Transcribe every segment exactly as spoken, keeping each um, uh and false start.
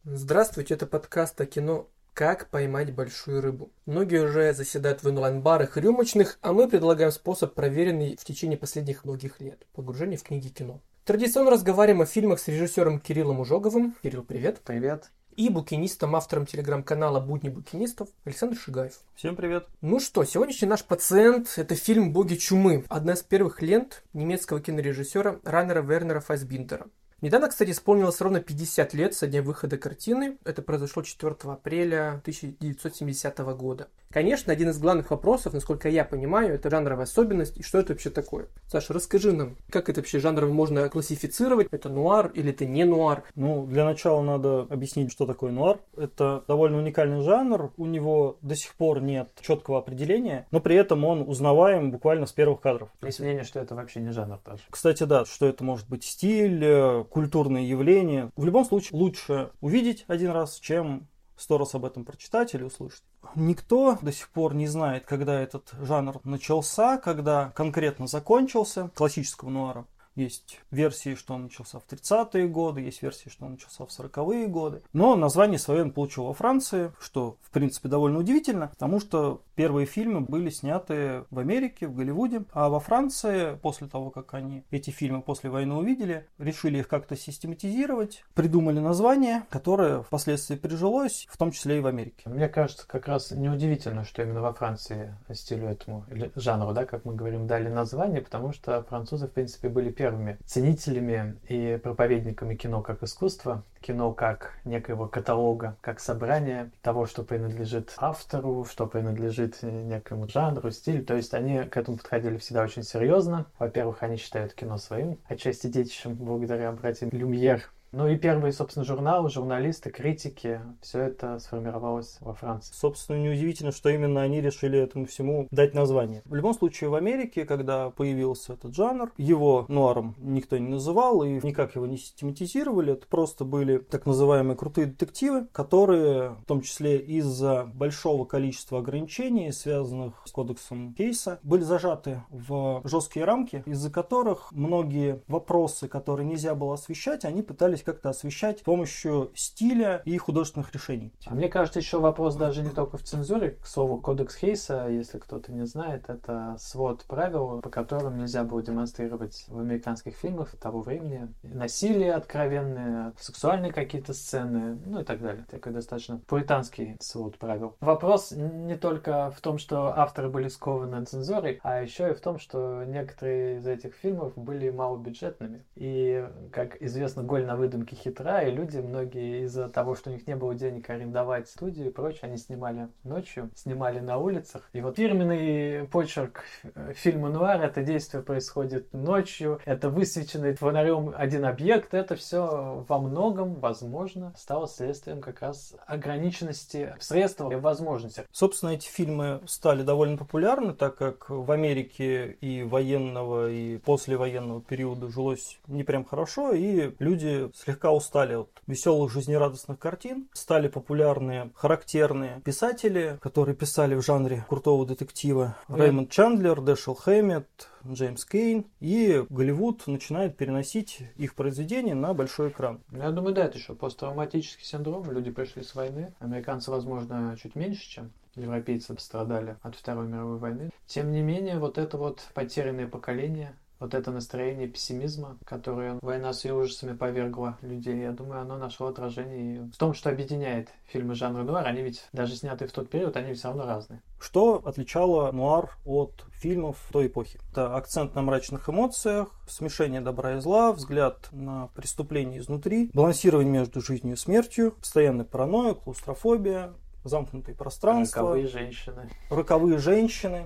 Здравствуйте, это подкаст о кино «Как поймать большую рыбу». Многие уже заседают в онлайн-барах и рюмочных, а мы предлагаем способ, проверенный в течение последних многих лет – погружение в книги кино. Традиционно разговариваем о фильмах с режиссером Кириллом Ужоговым. Кирилл, привет. Привет. И букинистом, автором телеграм-канала «Будни букинистов» Александр Шигаев. Всем привет. Ну что, сегодняшний наш пациент – это фильм «Боги чумы», одна из первых лент немецкого кинорежиссера Райнера Вернера Фассбиндера. Недавно, кстати, исполнилось ровно пятьдесят лет со дня выхода картины. Это произошло четвёртого апреля тысяча девятьсот семидесятого года. Конечно, один из главных вопросов, насколько я понимаю, это жанровая особенность и что это вообще такое. Саша, расскажи нам, как это вообще жанр можно классифицировать? Это нуар или это не нуар? Ну, для начала надо объяснить, что такое нуар. Это довольно уникальный жанр, у него до сих пор нет четкого определения, но при этом он узнаваем буквально с первых кадров. Есть мнение, что это вообще не жанр тоже. Кстати, да, что это может быть стиль, культурные явления. В любом случае, лучше увидеть один раз, чем сто раз об этом прочитать или услышать. Никто до сих пор не знает, когда этот жанр начался, когда конкретно закончился, классического нуара. Есть версии, что он начался в тридцатые годы, есть версии, что он начался в сороковые годы. Но название свое он получил во Франции, что, в принципе, довольно удивительно, потому что первые фильмы были сняты в Америке, в Голливуде, а во Франции, после того, как они эти фильмы после войны увидели, решили их как-то систематизировать, придумали название, которое впоследствии прижилось, в том числе и в Америке. Мне кажется, как раз неудивительно, что именно во Франции стилю этому, или жанру, да, как мы говорим, дали название, потому что французы, в принципе, были первыми ценителями и проповедниками кино как искусства, кино как некоего каталога, как собрание того, что принадлежит автору, что принадлежит некому жанру, стилю. То есть они к этому подходили всегда очень серьезно. Во-первых, они считают кино своим, отчасти детищем, благодаря братьям Люмьер. Ну и первые, собственно, журналы, журналисты, критики, все это сформировалось во Франции. Собственно, неудивительно, что именно они решили этому всему дать название. В любом случае, в Америке, когда появился этот жанр, его нуаром никто не называл и никак его не систематизировали. Это просто были так называемые крутые детективы, которые, в том числе из-за большого количества ограничений, связанных с кодексом Кейса, были зажаты в жесткие рамки, из-за которых многие вопросы, которые нельзя было освещать, они пытались как-то освещать с помощью стиля и художественных решений. А мне кажется, еще вопрос даже не только в цензуре. К слову, кодекс Хейса, если кто-то не знает, это свод правил, по которым нельзя было демонстрировать в американских фильмах того времени насилие откровенное, сексуальные какие-то сцены, ну и так далее. Такой достаточно пуританский свод правил. Вопрос не только в том, что авторы были скованы цензурой, а еще и в том, что некоторые из этих фильмов были малобюджетными. И, как известно, голь на выдумке хитра, и люди, многие из-за того, что у них не было денег арендовать студию и прочее, они снимали ночью, снимали на улицах. И вот фирменный почерк фильма «Нуар» — это действие происходит ночью, это высвеченный фонарем один объект, это все во многом, возможно, стало следствием как раз ограниченности в средствах и возможностях. Собственно, эти фильмы стали довольно популярны, так как в Америке и военного, и послевоенного периода жилось не прям хорошо, и люди слегка устали от веселых жизнерадостных картин. Стали популярны характерные писатели, которые писали в жанре крутого детектива. Yeah. Рэймонд Чандлер, Дэшел Хэммет, Джеймс Кейн. И Голливуд начинает переносить их произведения на большой экран. Я думаю, да, это еще посттравматический синдром. Люди пришли с войны. Американцы, возможно, чуть меньше, чем европейцы, пострадали от Второй мировой войны. Тем не менее, вот это вот потерянное поколение, вот это настроение пессимизма, которое война с ее ужасами повергла людей, я думаю, оно нашло отражение в том, что объединяет фильмы жанра нуар. Они ведь, даже снятые в тот период, они все равно разные. Что отличало нуар от фильмов той эпохи? Это акцент на мрачных эмоциях, смешение добра и зла, взгляд на преступление изнутри, балансирование между жизнью и смертью, постоянная паранойя, клаустрофобия, замкнутые пространства. Роковые женщины. Роковые женщины.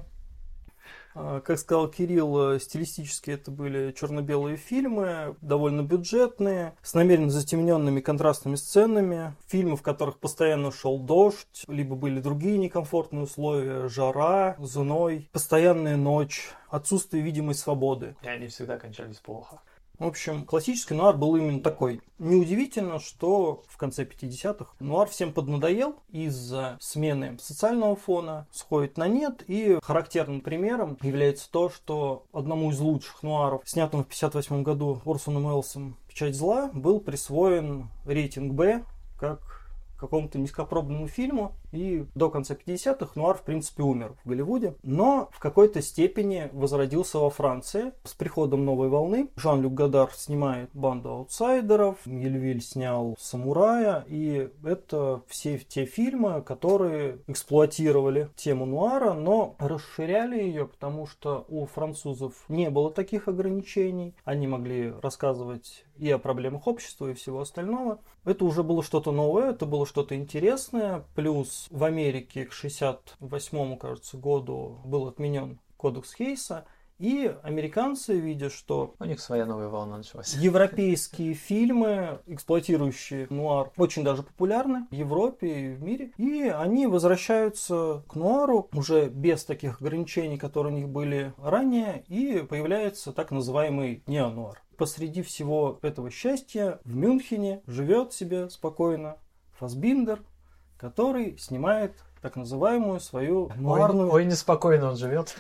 Как сказал Кирилл, стилистически это были черно-белые фильмы, довольно бюджетные, с намеренно затемненными контрастными сценами, фильмы, в которых постоянно шел дождь, либо были другие некомфортные условия, жара, зной, постоянная ночь, отсутствие видимой свободы. И они всегда кончались плохо. В общем, классический нуар был именно такой. Неудивительно, что в конце пятидесятых нуар всем поднадоел из-за смены социального фона, сходит на нет. И характерным примером является то, что одному из лучших нуаров, снятому в пятьдесят восьмом году Орсоном Уэллсом «Печать зла», был присвоен рейтинг Б как к какому-то низкопробному фильму, и до конца пятидесятых нуар, в принципе, умер в Голливуде, но в какой-то степени возродился во Франции. С приходом новой волны Жан-Люк Годар снимает «Банду аутсайдеров», Мельвиль снял «Самурая», и это все те фильмы, которые эксплуатировали тему нуара, но расширяли ее, потому что у французов не было таких ограничений, они могли рассказывать и о проблемах общества, и всего остального. Это уже было что-то новое, это было что-то интересное. Плюс в Америке к шестьдесят восьмому, кажется, году был отменен Кодекс Хейса. И американцы, видя, что у них своя новая волна началась. Европейские фильмы, эксплуатирующие нуар, очень даже популярны в Европе и в мире. И они возвращаются к нуару уже без таких ограничений, которые у них были ранее. И появляется так называемый неонуар. Посреди всего этого счастья в Мюнхене живет себе спокойно Фассбиндер, который снимает так называемую свою нуарную... Ой, ой, неспокойно он живет.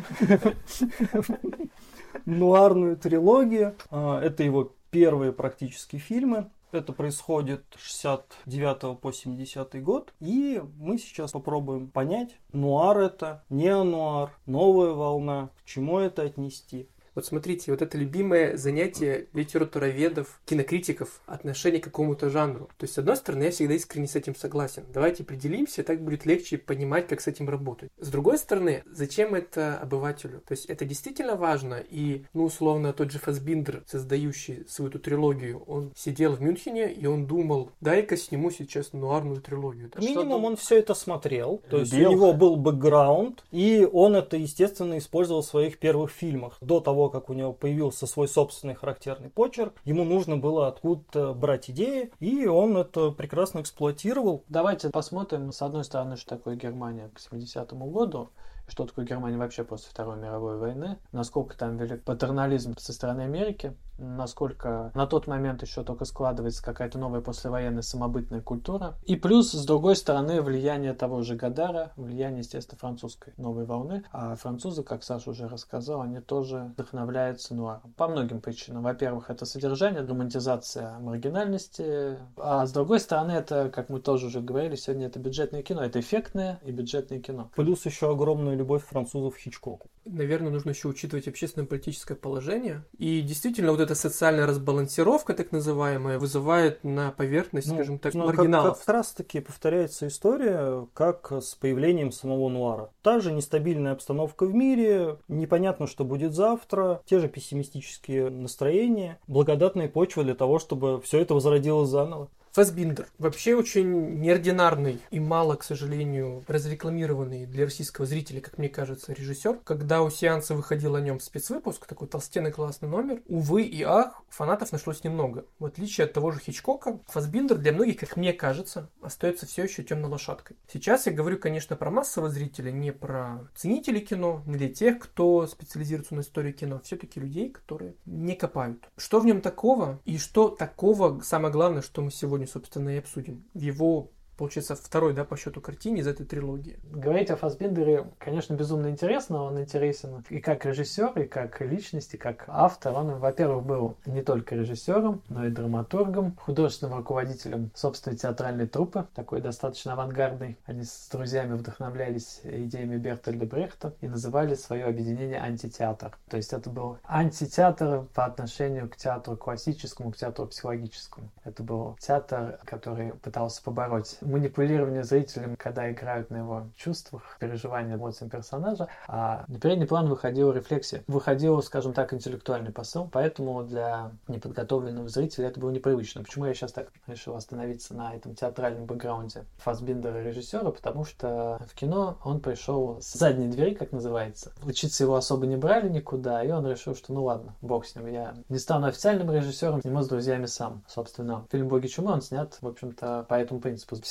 Нуарную трилогию. Это его первые практически фильмы. Это происходит с шестьдесят девятого по семидесятый год. И мы сейчас попробуем понять, нуар это, неонуар, новая волна, к чему это отнести. Вот смотрите, вот это любимое занятие литературоведов, кинокритиков, отношение к какому-то жанру. То есть, с одной стороны, я всегда искренне с этим согласен. Давайте определимся, так будет легче понимать, как с этим работать. С другой стороны, зачем это обывателю? То есть, это действительно важно. И, ну, условно, тот же Фассбиндер, создающий свою эту трилогию, он сидел в Мюнхене, и он думал, дай-ка сниму сейчас нуарную трилогию. Да? Минимум он все это смотрел. То есть, Бел. у него был бэкграунд, и он это, естественно, использовал в своих первых фильмах. До того, как у него появился свой собственный характерный почерк, ему нужно было откуда-то брать идеи, и он это прекрасно эксплуатировал. Давайте посмотрим, с одной стороны, что такое Германия к семидесятому году, что такое Германия вообще после Второй мировой войны, насколько там велик патернализм со стороны Америки, насколько на тот момент еще только складывается какая-то новая послевоенная самобытная культура. И плюс, с другой стороны, влияние того же Годара, влияние, естественно, французской новой волны. А французы, как Саша уже рассказал, они тоже вдохновляются нуаром. По многим причинам. Во-первых, это содержание, романтизация маргинальности. А с другой стороны, это, как мы тоже уже говорили, сегодня это бюджетное кино. Это эффектное и бюджетное кино. Плюс еще огромная любовь французов к Хичкоку. Наверное, нужно еще учитывать общественно-политическое положение. И действительно, вот эта социальная разбалансировка, так называемая, вызывает на поверхность, ну, скажем так, ну, маргиналов. Как, как раз таки повторяется история, как с появлением самого нуара. Та же нестабильная обстановка в мире, непонятно, что будет завтра, те же пессимистические настроения, благодатная почва для того, чтобы все это возродилось заново. Фассбиндер. Вообще очень неординарный и мало, к сожалению, разрекламированный для российского зрителя, как мне кажется, режиссер. Когда у сеанса выходил о нем спецвыпуск, такой толстенный классный номер, увы и ах, фанатов нашлось немного. В отличие от того же Хичкока, Фассбиндер для многих, как мне кажется, остается все еще темной лошадкой. Сейчас я говорю, конечно, про массового зрителя, не про ценителей кино, не для тех, кто специализируется на истории кино, все-таки людей, которые не копают. Что в нем такого и что такого, самое главное, что мы сегодня собственно, и обсудим. В его, получается, второй, да, по счету картине из этой трилогии. Говорить о Фассбиндере, конечно, безумно интересно. Он интересен и как режиссер, и как личность, и как автор. Он, во-первых, был не только режиссером, но и драматургом, художественным руководителем собственной театральной труппы, такой достаточно авангардной. Они с друзьями вдохновлялись идеями Бертольда Брехта и называли свое объединение антитеатр. То есть это был антитеатр по отношению к театру классическому, к театру психологическому. Это был театр, который пытался побороть манипулирование зрителем, когда играют на его чувствах, переживаниях, эмоциям персонажа, а на передний план выходила рефлексия, выходил, скажем так, интеллектуальный посыл, поэтому для неподготовленного зрителя это было непривычно. Почему я сейчас так решил остановиться на этом театральном бэкграунде Фассбиндера режиссера? Потому что в кино он пришел с задней двери, как называется. Учиться его особо не брали никуда, и он решил, что ну ладно, бог с ним, я не стану официальным режиссером, сниму с друзьями сам. Собственно, фильм «Боги чумы» он снят, в общем-то, по этому принципу. Вся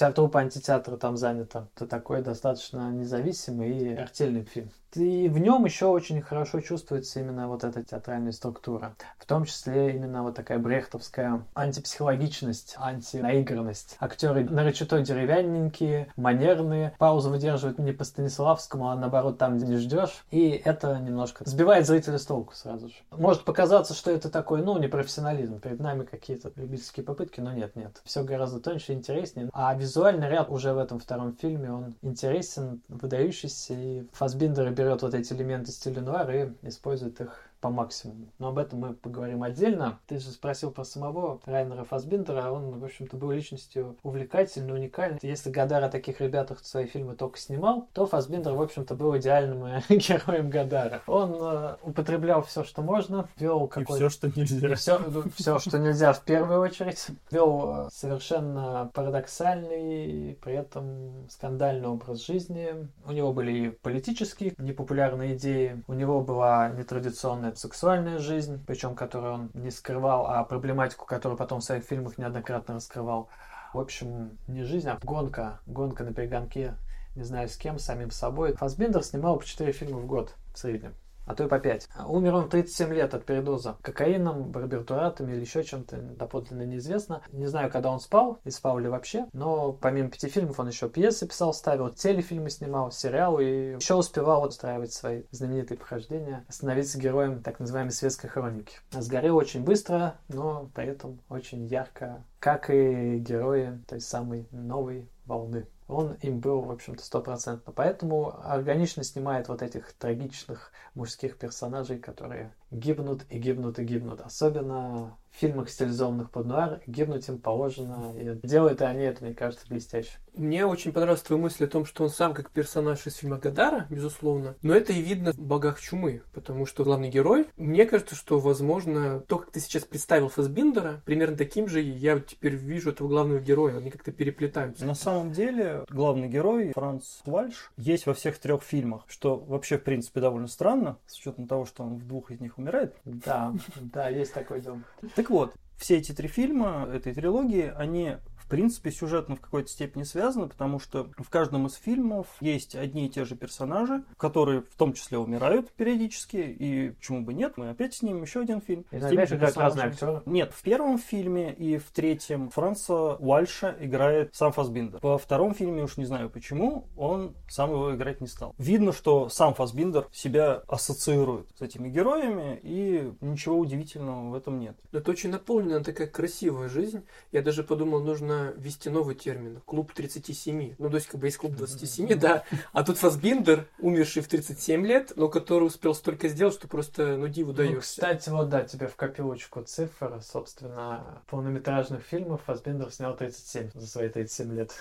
Вся труппа антитеатра там занята. Это такой достаточно независимый и артельный фильм. И в нем еще очень хорошо чувствуется именно вот эта театральная структура. В том числе именно вот такая брехтовская антипсихологичность, антинаигранность. Актеры нарочито деревянненькие, манерные, паузу выдерживают не по Станиславскому, а наоборот там, где не ждешь. И это немножко сбивает зрителя с толку сразу же. Может показаться, что это такой, ну, непрофессионализм. Перед нами какие-то любительские попытки, но нет, нет. Все гораздо тоньше и интереснее. А визуальный ряд уже в этом втором фильме, он интересен, выдающийся, и Фассбиндер берет вот эти элементы стиля нуар и использует их по максимуму. Но об этом мы поговорим отдельно. Ты же спросил про самого Райнера Фассбиндера. Он, в общем-то, был личностью увлекательной, уникальной. Если Годар о таких ребятах свои фильмы только снимал, то Фассбиндер, в общем-то, был идеальным героем Годара. Он э, употреблял все, что можно, вел какой-то... И все, что нельзя. И все, все, что нельзя в первую очередь. Вел совершенно парадоксальный, при этом скандальный образ жизни. У него были и политические непопулярные идеи. У него была нетрадиционная сексуальная жизнь, причем которую он не скрывал, а проблематику, которую потом в своих фильмах неоднократно раскрывал. В общем, не жизнь, а гонка. Гонка на перегонке, не знаю с кем, самим собой. Фассбиндер снимал по четыре фильма в год в среднем. А то и по пять. Умер он в тридцать семь лет от передоза кокаином, барбитуратами или еще чем-то, доподлинно неизвестно. Не знаю, когда он спал, и спал ли вообще, но помимо пяти фильмов он еще пьесы писал, ставил, телефильмы снимал, сериалы, и еще успевал устраивать свои знаменитые похождения, становиться героем так называемой светской хроники. Сгорел очень быстро, но при этом очень ярко, как и герои той самой новой волны. Он им был, в общем-то, стопроцентно. Поэтому органично снимает вот этих трагичных мужских персонажей, которые гибнут и гибнут и гибнут. Особенно в фильмах, стилизованных под нуар, гибнуть им положено. И делают они это, мне кажется, блестяще. Мне очень понравилась твоя мысль о том, что он сам как персонаж из фильма Годара, безусловно. Но это и видно в «Богах чумы», потому что главный герой, мне кажется, что, возможно, то, как ты сейчас представил Фассбиндера, примерно таким же я теперь вижу этого главного героя. Они как-то переплетаются. На самом деле, главный герой, Франц Вальш, есть во всех трех фильмах, что вообще, в принципе, довольно странно, с учетом того, что он в двух из них умирает. Да, да, есть такой дом. Так вот, все эти три фильма этой трилогии, они в принципе сюжетно в какой-то степени связаны, потому что в каждом из фильмов есть одни и те же персонажи, которые в том числе умирают периодически, и почему бы нет, мы опять снимем еще один фильм. И опять играют разные актеры. Нет, в первом фильме и в третьем Франца Уальша играет сам Фассбиндер. Во втором фильме, уж не знаю почему, он сам его играть не стал. Видно, что сам Фассбиндер себя ассоциирует с этими героями, и ничего удивительного в этом нет. Это очень наполнена такая красивая жизнь. Я даже подумал, нужно ввести новый термин. Клуб тридцати семи. Ну, то есть, как бы есть клуб двадцати семи, да. А тут Фассбиндер, умерший в тридцать семь лет, но который успел столько сделать, что просто, ну, диву даешься. Ну, кстати, вот да, тебе в копилочку цифр, собственно, полнометражных фильмов Фассбиндер снял тридцать семь за свои тридцать семь лет.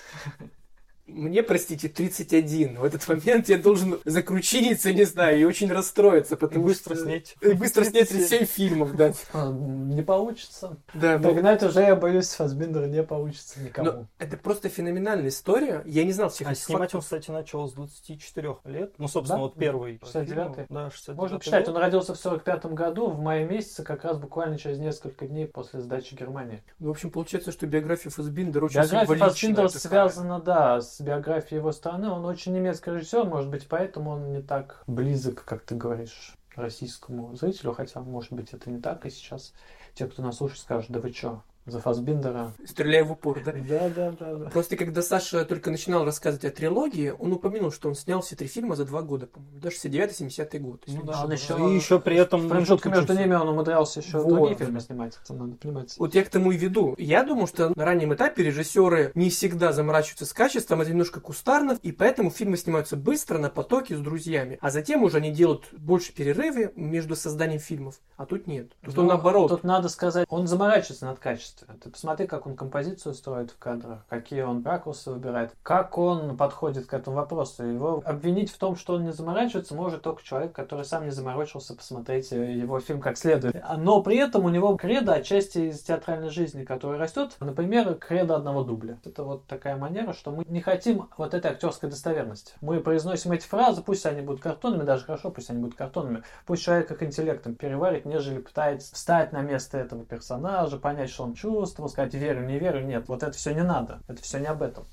Мне, простите, тридцать один. В этот момент я должен закручиниться, не знаю, и очень расстроиться, потому и быстро что... снять. И быстро снять тридцать семь фильмов, да. Не получится. Да, но... Догнать уже, я боюсь, Фассбиндера не получится никому. Но это просто феноменальная история. Я не знал всех А этих снимать фактов. он, кстати, начал с двадцати четырёх лет. Ну, собственно, Да? вот первый. шестьдесят девятый? фильм, да, шестьдесят девятый Можно посчитать, год. он родился в сорок пятом году, в мае месяце, как раз буквально через несколько дней после сдачи Германии. Ну, в общем, получается, что биография Фассбиндера очень Биография символичная. Фассбиндера такая. связана, да, с биографией его страны. Он очень немецкий режиссер, может быть, поэтому он не так близок, как ты говоришь, российскому зрителю, хотя, может быть, это не так, и сейчас те, кто нас слушает, скажут, да вы чё, за Фассбиндера. Стреляя в упор, да? Да, да, да, да. Просто когда Саша только начинал рассказывать о трилогии, он упомянул, что он снял все три фильма за два года, по-моему. Да, шестьдесят девятый семидесятый год. Ну Если да, не он ошибаюсь. еще- И еще при этом... В промежутке между учился. ними он умудрялся еще Вот. другие фильмы снимать, это надо понимать. Вот я к тому и веду. Я думаю, что на раннем этапе режиссеры не всегда заморачиваются с качеством, это немножко кустарно, и поэтому фильмы снимаются быстро, на потоке, с друзьями. А затем уже они делают больше перерывы между созданием фильмов. А тут нет. Тут он Ну, наоборот. Тут надо сказать, он заморачивается над качеством. Ты посмотри, как он композицию строит в кадрах, какие он ракурсы выбирает, как он подходит к этому вопросу. Его обвинить в том, что он не заморачивается, может только человек, который сам не заморочился посмотреть его фильм как следует. Но при этом у него кредо отчасти из театральной жизни, которая растет. Например, кредо одного дубля. Это вот такая манера, что мы не хотим вот этой актерской достоверности. Мы произносим эти фразы, пусть они будут картонными, даже хорошо, пусть они будут картонными. Пусть человек их интеллектом переварит, нежели пытается встать на место этого персонажа, понять, что он чувствовал, сказать верю, не верю. Нет, вот это все не надо. Это все не об этом.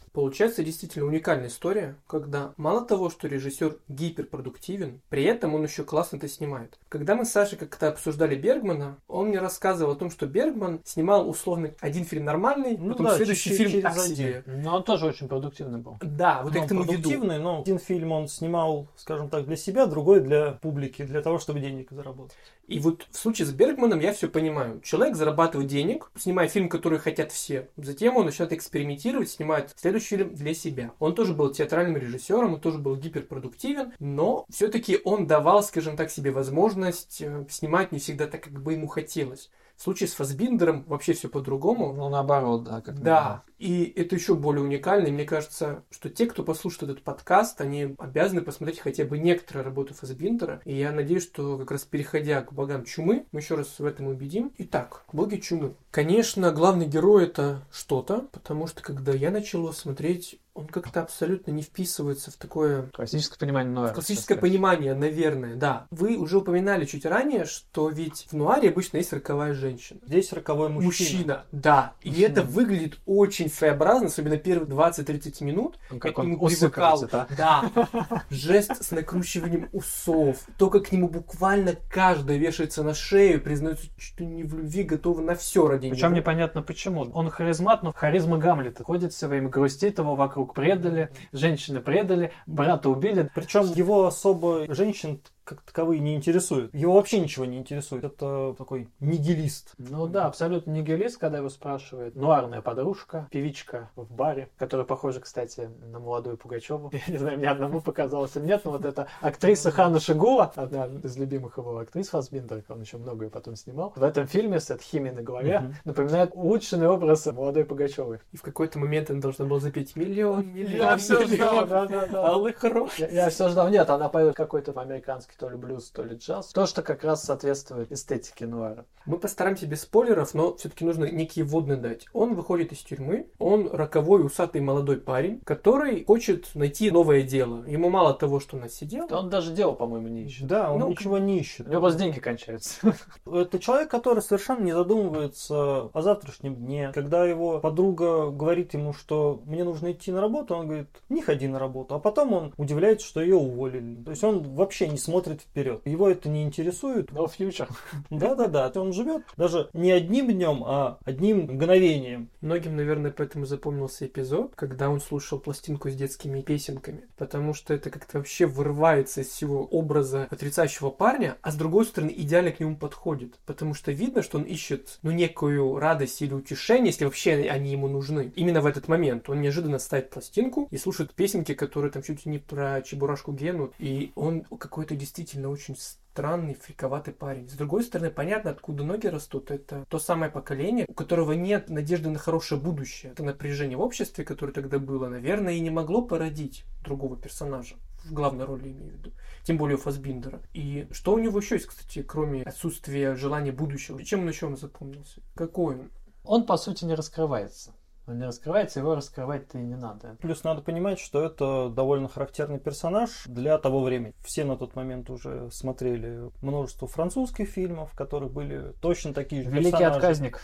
Получается действительно уникальная история, когда мало того, что режиссер гиперпродуктивен, при этом он еще классно это снимает. Когда мы с Сашей как-то обсуждали Бергмана, он мне рассказывал о том, что Бергман снимал условно один фильм нормальный, Ну потом да, следующий чуть-чуть фильм так через себе. Но он тоже очень продуктивный был. Да, вот Ну, я к этому веду. продуктивный, но один фильм он снимал, скажем так, для себя, другой для публики, для того, чтобы денег заработать. И вот в случае с Бергманом я все понимаю. Человек зарабатывает денег, снимая фильм, который хотят все. Затем он начинает экспериментировать, снимает следующий фильм для себя. Он тоже был театральным режиссером, он тоже был гиперпродуктивен, но все-таки он давал, скажем так, себе возможность э, снимать не всегда так, как бы ему хотелось. В случае с Фассбиндером вообще все по-другому. Ну, наоборот, да. Как Да, и это еще более уникально. И мне кажется, что те, кто послушает этот подкаст, они обязаны посмотреть хотя бы некоторые работы Фассбиндера. И я надеюсь, что как раз переходя к «Богам чумы», мы еще раз в этом убедим. Итак, «Боги чумы». Конечно, главный герой — это что-то, потому что когда я начал его смотреть, он как-то абсолютно не вписывается в такое... Классическое понимание нуара. Классическое понимание, наверное, да. Вы уже упоминали чуть ранее, что ведь в нуаре обычно есть роковая женщина. Здесь роковой мужчина. Мужчина, да. И Мужчина. это выглядит очень своеобразно, особенно первые двадцать-тридцать минут. Как к он нему усы привыкал. крутит, а? Да. Жест с накручиванием усов. То, как к нему буквально каждая вешается на шею, признается чуть ли не в любви, готова на все ради него. Причем непонятно почему. Он харизмат, но харизма Гамлета. Ходит все время, грустит, его вокруг предали, женщины предали, брата убили. Причем его особо женщин как таковые не интересуют. Его вообще ничего не интересует. Это такой нигилист. Ну да, абсолютно нигилист, когда его спрашивает. Нуарная подружка, певичка в баре, которая похожа, кстати, на молодую Пугачеву. Я не знаю, мне одному показалось или нет, но вот эта актриса Ханна Шигула, одна из любимых его актрис Фассбиндера, он еще многое потом снимал, в этом фильме с химией на голове Мгм. напоминает улучшенный образ молодой Пугачевой. И в какой-то момент она должна была запеть миллион, миллион, Я все миллион. ждал, да, да, да. Алых роз. Я, я все ждал. Нет, она поет какой-то американский то ли блюз, то ли джаз. То, что как раз соответствует эстетике нуара. Мы постараемся без спойлеров, но все-таки нужно некие вводные дать. Он выходит из тюрьмы, он роковой, усатый молодой парень, который хочет найти новое дело. Ему мало того, что он сидел. Да он даже дело, по-моему, не ищет. Да, он Ну, ничего не ищет. У него просто деньги кончаются. Это человек, который совершенно не задумывается о завтрашнем дне. Когда его подруга говорит ему, что мне нужно идти на работу, он говорит, не ходи на работу. А потом он удивляется, что ее уволили. То есть он вообще не смотрит вперед. Его это не интересует. No future. Да-да-да, он живет даже не одним днем, а одним мгновением. Многим, наверное, поэтому запомнился эпизод, когда он слушал пластинку с детскими песенками, потому что это как-то вообще вырывается из всего образа отрицающего парня, а с другой стороны идеально к нему подходит, потому что видно, что он ищет, ну, некую радость или утешение, если вообще они ему нужны. Именно в этот момент он неожиданно ставит пластинку и слушает песенки, которые там чуть ли не про Чебурашку Гену, и он какой-то действительно очень странный, фриковатый парень. С другой стороны, понятно, откуда ноги растут. Это то самое поколение, у которого нет надежды на хорошее будущее. Это напряжение в обществе, которое тогда было, наверное, и не могло породить другого персонажа. В главной роли имею в виду. Тем более у Фассбиндера. И что у него еще есть, кстати, кроме отсутствия желания будущего? Чем он еще вам запомнился? Какой он? Он, по сути, не раскрывается. Он не раскрывается, его раскрывать-то и не надо. Плюс надо понимать, что это довольно характерный персонаж для того времени. Все на тот момент уже смотрели множество французских фильмов, в которых были точно такие же Великий персонажи. отказник.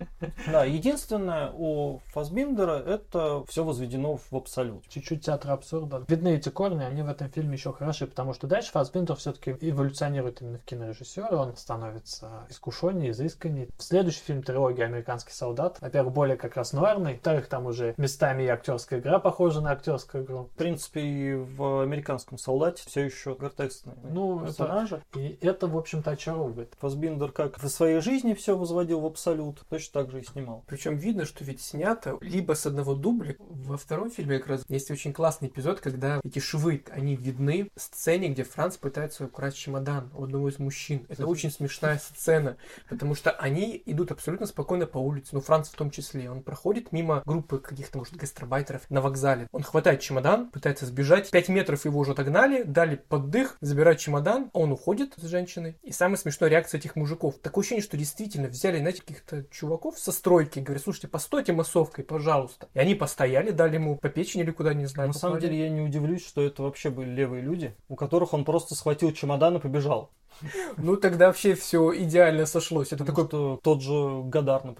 Да, единственное у Фассбиндера это все возведено в абсолют. Чуть-чуть театра абсурда. Видны эти корни, они в этом фильме еще хороши, потому что дальше Фассбиндер все-таки эволюционирует именно в кинорежиссера, он становится искушеннее, изысканнее. В следующий фильм трилогия «Американский солдат», во-первых, более как раз нуарный, во-вторых, там уже местами и актерская игра похожа на актерскую игру. В принципе, и в «Американском солдате» все еще гротескные Ну, персонажи. это, и это, в общем-то, очаровывает. Фассбиндер как в своей жизни все возводил в абсолют, точно так же и снимал. Причем видно, что ведь снято либо с одного дубля. Во втором фильме как раз есть очень классный эпизод, когда эти швы, они видны в сцене, где Франц пытается украсть чемодан у одного из мужчин. Это очень смешная сцена, потому что они идут абсолютно спокойно по улице, ну, Франц в том числе. Он проходит мимо группы каких-то, может, гастарбайтеров на вокзале. Он хватает чемодан, пытается сбежать. Пять метров его уже отогнали, дали поддых, забирают чемодан, он уходит с женщиной. И самая смешная реакция этих мужиков. Такое ощущение, что действительно взяли, знаете, каких-то чуваков со стройки, говорят, слушайте, постойте массовкой, пожалуйста. И они постояли, дали ему по печени или куда, не знаю. На самом деле я не удивлюсь, что это вообще были левые люди, у которых он просто схватил чемодан и побежал. Ну, тогда вообще все идеально сошлось. Это Потому такой... что тот же Годар, например.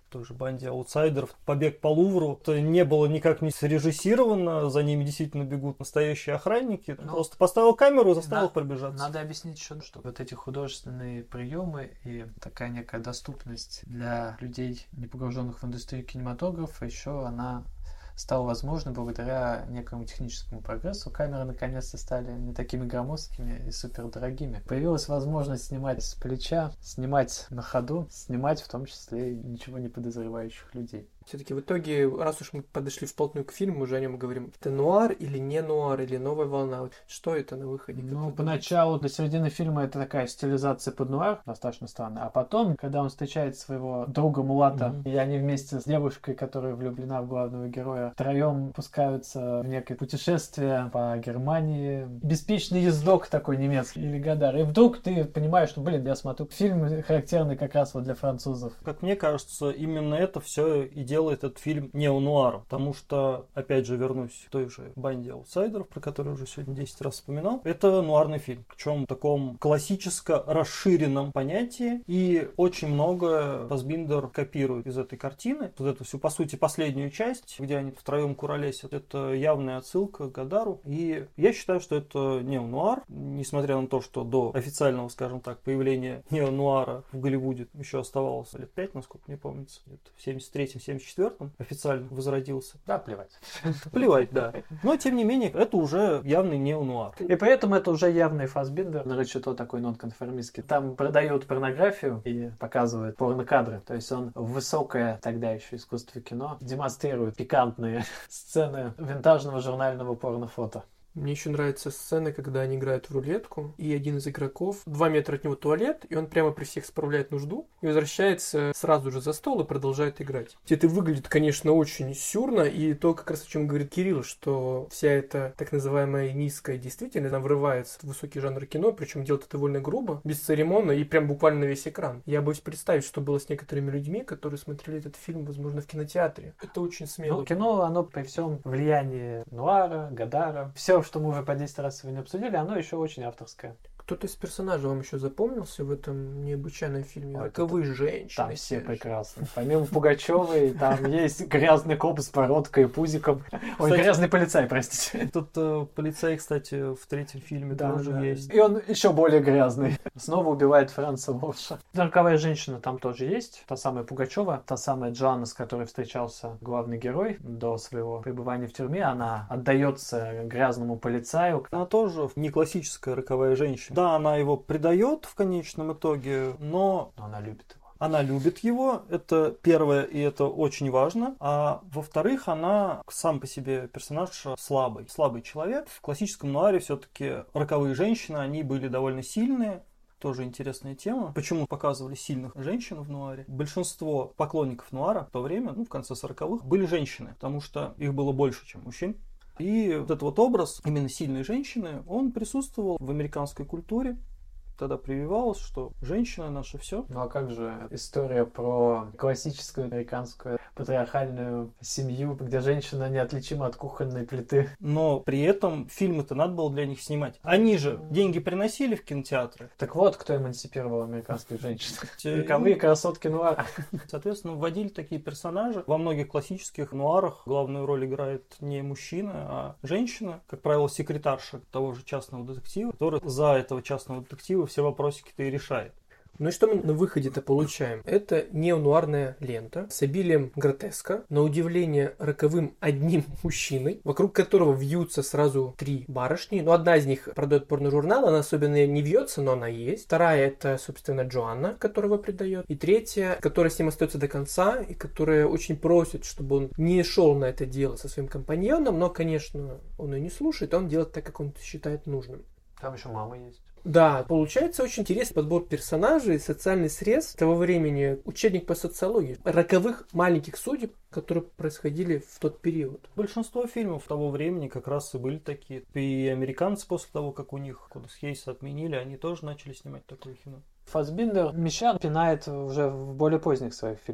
той же банде аутсайдеров. Побег по Лувру. Это не было никак не срежиссировано, за ними действительно бегут настоящие охранники. Ну, просто поставил камеру и заставил их пробежаться. Надо объяснить еще, что вот эти художественные приемы и такая некая доступность для людей, не погруженных в индустрию кинематографа, еще она стало возможно благодаря некому техническому прогрессу. Камеры наконец-то стали не такими громоздкими и супердорогими. Появилась возможность снимать с плеча, снимать на ходу, снимать в том числе ничего не подозревающих людей. Все-таки в итоге, раз уж мы подошли вплотную к фильму, мы уже о нем говорим. Это нуар или не нуар, или новая волна? Что это на выходе? Ну, поначалу, до середины фильма это такая стилизация под нуар, достаточно странная. А потом, когда он встречает своего друга Мулата, mm-hmm. и они вместе с девушкой, которая влюблена в главного героя, втроем пускаются в некое путешествие по Германии. Беспечный ездок такой немецкий, или Гадар. И вдруг ты понимаешь, что, блин, я смотрю фильм характерный как раз вот для французов. Как мне кажется, именно это все и делает этот фильм неонуаром, потому что, опять же, вернусь к той же банде аутсайдеров, про которую уже сегодня десять раз вспоминал. Это нуарный фильм, причем в таком классическо расширенном понятии, и очень много Фассбиндер копирует из этой картины. Вот эту всю, по сути, последнюю часть, где они втроем куролесят, это явная отсылка к Гадару, и я считаю, что это неонуар, несмотря на то, что до официального, скажем так, появления неонуара в Голливуде еще оставалось лет пять, насколько мне помнится, где-то в семьдесят третьем семьдесят четвёртом официально возродился. Да, плевать. Плевать, да. Но, тем не менее, это уже явный неонуар. И поэтому это уже явный Фассбиндер, нарочито такой нонконформистский. Там продают порнографию и показывают порнокадры. То есть он в высокое тогда еще искусство кино демонстрирует пикантные сцены винтажного журнального порнофото. Мне еще нравятся сцены, когда они играют в рулетку, и один из игроков, два метра от него туалет, и он прямо при всех справляет нужду, и возвращается сразу же за стол и продолжает играть. Это выглядит, конечно, очень сюрно, и то, как раз о чем говорит Кирилл, что вся эта так называемая низкая действительность, она врывается в высокий жанр кино, причем делает это довольно грубо, бесцеремонно и прям буквально на весь экран. Я боюсь представить, что было с некоторыми людьми, которые смотрели этот фильм, возможно, в кинотеатре. Это очень смело. Ну, кино, оно при всем влиянии нуара, Гадара, все, что мы уже по десять раз сегодня обсудили, оно еще очень авторское. Кто-то из персонажей вам еще запомнился в этом необычайном фильме? Роковые женщины. Там все прекрасны. Помимо Пугачевой, там есть грязный коп с бородкой и пузиком. Ой, кстати, грязный полицай, простите. Тут э, полицай, кстати, в третьем фильме да, тоже да. есть. И он еще более грязный. Снова убивает Франца Лорша. Роковая женщина там тоже есть. Та самая Пугачева, та самая Джоанна, с которой встречался главный герой до своего пребывания в тюрьме. Она отдается грязному полицаю. Она тоже не классическая роковая женщина. Да, она его предает в конечном итоге, но... но она любит его. Она любит его, это первое, и это очень важно. А во-вторых, она сам по себе персонаж слабый. Слабый человек. В классическом нуаре все-таки роковые женщины, они были довольно сильные. Тоже интересная тема. Почему показывали сильных женщин в нуаре? Большинство поклонников нуара в то время, ну, в конце сороковых, были женщины, потому что их было больше, чем мужчин. И вот этот вот образ именно сильной женщины, он присутствовал в американской культуре. Тогда прививалось, что женщина наше все. Ну а как же история про классическую американскую патриархальную семью, где женщина неотличима от кухонной плиты? Но при этом фильмы-то надо было для них снимать. Они же деньги приносили в кинотеатры. Так вот, кто эмансипировал американских женщин. Роковые красотки нуара. Соответственно, вводили такие персонажи. Во многих классических нуарах главную роль играет не мужчина, а женщина. Как правило, секретарша того же частного детектива, который за этого частного детектива все вопросики-то и решает. Ну и что мы на выходе-то получаем? Это неонуарная лента с обилием гротеска, на удивление роковым одним мужчиной, вокруг которого вьются сразу три барышни. Ну, одна из них продает порножурнал, она особенно не вьется, но она есть. Вторая — это, собственно, Джоанна, которая его предает. И третья, которая с ним остается до конца, и которая очень просит, чтобы он не шел на это дело со своим компаньоном, но, конечно, он ее не слушает, он делает так, как он считает нужным. Там еще мама есть. Да, получается очень интересный подбор персонажей, социальный срез того времени, учебник по социологии, роковых маленьких судеб, которые происходили в тот период. Большинство фильмов того времени как раз и были такие. И американцы после того, как у них Кодекс Хейса отменили, они тоже начали снимать такое кино. Фассбиндер мещан пинает уже в более поздних своих фильмах.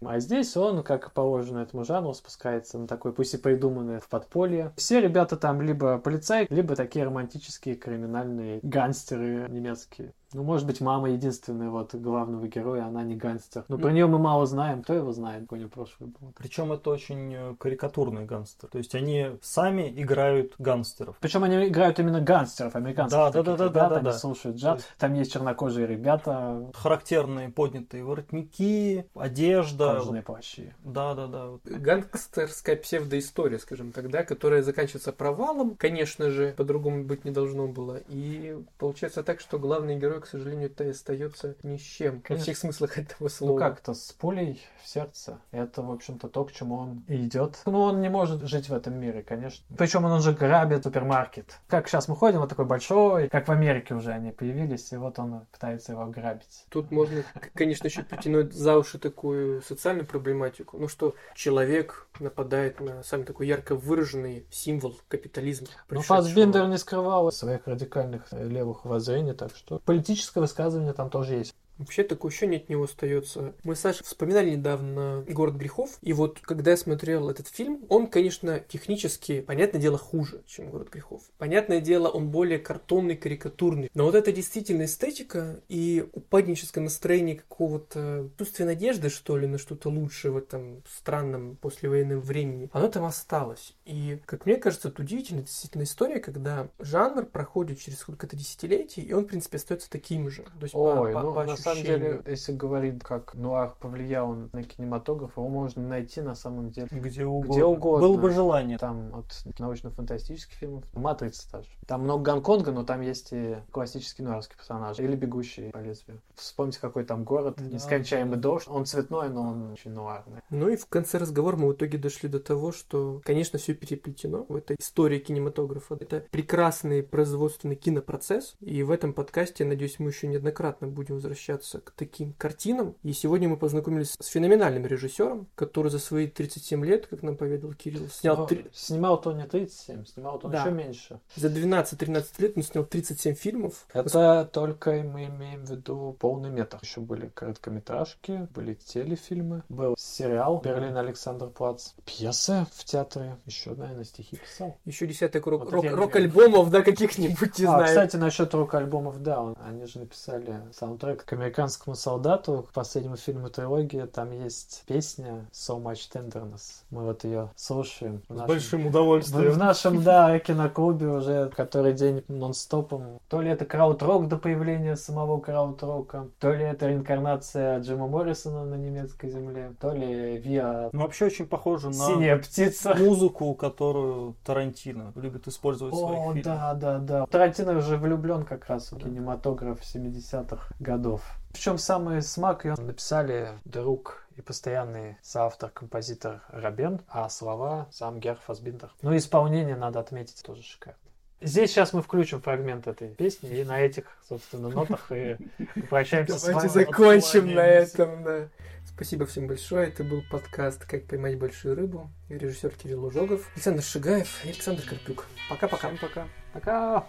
А здесь он, как и положено этому жанру, спускается на такой, пусть и придуманное, в подполье. Все ребята там либо полицаи, либо такие романтические криминальные гангстеры немецкие. Ну, может быть, мама единственная вот главного героя, она не гангстер. Но про нее мы мало знаем, кто его знает, какой у нее прошлое было. Причем это очень карикатурный гангстер. То есть они сами играют гангстеров. Причем они играют именно гангстеров, американских. Да, да, да, да, да, да, они да. слушают джаз. Есть... Там есть чернокожие ребята. Характерные поднятые воротники, одежда. Кожаные плащи. Да, да, да. Гангстерская псевдоистория, скажем так, да, которая заканчивается провалом, конечно же, по-другому быть не должно было. И получается так, что главный герой, к сожалению, это и остается ни с чем. Конечно. Во всех смыслах этого слова. Ну как-то с пулей в сердце. Это, в общем-то, то, к чему он и идет. Ну, он не может жить в этом мире, конечно. Причем он уже грабит супермаркет. Как сейчас мы ходим, вот такой большой, как в Америке уже они появились, и вот он пытается его грабить. Тут можно, конечно, еще притянуть за уши такую социальную проблематику. Ну, что человек нападает на самый такой ярко выраженный символ капитализма. Ну, Фассбиндер не скрывал своих радикальных левых воззрений, так что политическое высказывание там тоже есть. Вообще такое ощущение от него остается. Мы с Сашей вспоминали недавно «Город грехов», и вот когда я смотрел этот фильм, он, конечно, технически, понятное дело, хуже, чем «Город грехов». Понятное дело, он более картонный, карикатурный. Но вот эта действительно эстетика и упадническое настроение какого-то чувства надежды, что ли, на что-то лучшее в этом странном послевоенном времени, оно там осталось. И, как мне кажется, это удивительная действительно история, когда жанр проходит через сколько-то десятилетий, и он, в принципе, остается таким же. То есть, Ой, по, ну, по на самом деле, если говорить, как нуар повлиял на кинематограф, его можно найти на самом деле где угодно. Где угодно. Было бы желание. Там от научно-фантастических фильмов, «Матрица» даже. Там много Гонконга, но там есть и классические нуарские персонажи. Или «Бегущие по лезвию». Вспомните, какой там город, да, нескончаемый дождь. Он цветной, но он очень нуарный. Ну и в конце разговора мы в итоге дошли до того, что, конечно, все переплетено в этой истории кинематографа. Это прекрасный производственный кинопроцесс, и в этом подкасте, надеюсь, мы еще неоднократно будем возвращаться к таким картинам. И сегодня мы познакомились с феноменальным режиссером, который за свои тридцать семь лет, как нам поведал Кирилл, снял... три... Снимал-то он не тридцать семь, снимал-то он да. еще меньше. За двенадцать-тринадцать лет он снял тридцать семь фильмов. Это только мы имеем в виду полный метр. Еще были короткометражки, были телефильмы, был сериал «Берлин Александрплац», пьесы в театре, еще, наверное, стихи писал. Еще десяток рок- вот рок- рок-альбомов, да, каких-нибудь, не а, знаю. Кстати, насчет рок-альбомов, да, они же написали саундтрек к «Американскому солдату», к последнему фильму трилогии. Там есть песня «So Much Tenderness». Мы вот ее слушаем. С нашем... большим удовольствием. В, в нашем, да, киноклубе уже который день нон-стопом. То ли это крауд-рок до появления самого крауд-рока, то ли это реинкарнация Джима Моррисона на немецкой земле, то ли Виа... Ну, вообще очень похоже на «Синяя птица». Музыку, которую Тарантино любит использовать в своих О, фильмах. да, да, да. Тарантино уже влюблен как раз в кинематограф семидесятых годов. Причем самый смак ее написали друг и постоянный соавтор, композитор Робен, а слова сам Герр Фассбиндер. Ну и исполнение, надо отметить, тоже шикарно. Здесь сейчас мы включим фрагмент этой песни, и на этих, собственно, нотах и прощаемся с вами. Давайте закончим на этом, да. Спасибо всем большое. Это был подкаст «Как поймать большую рыбу». И режиссер Кирилл Ужогов, Александр Шигаев и Александр Карпюк. Пока-пока. Пока. Пока.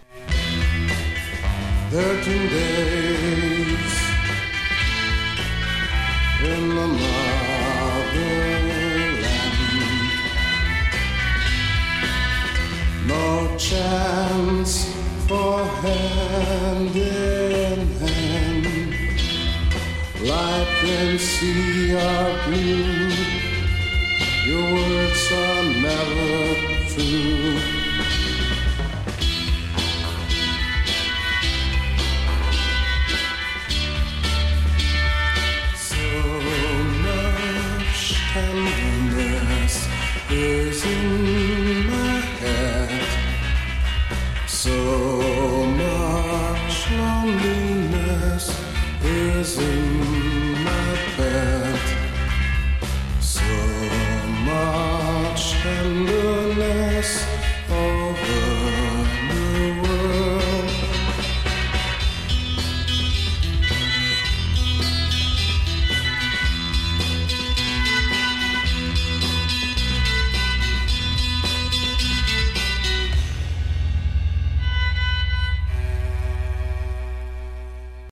Thirteen days in the motherland, no chance for hand in hand. Life and sea are blue, your words are never true. Tenderness is in my head, so much loneliness is in my bed, so much tenderness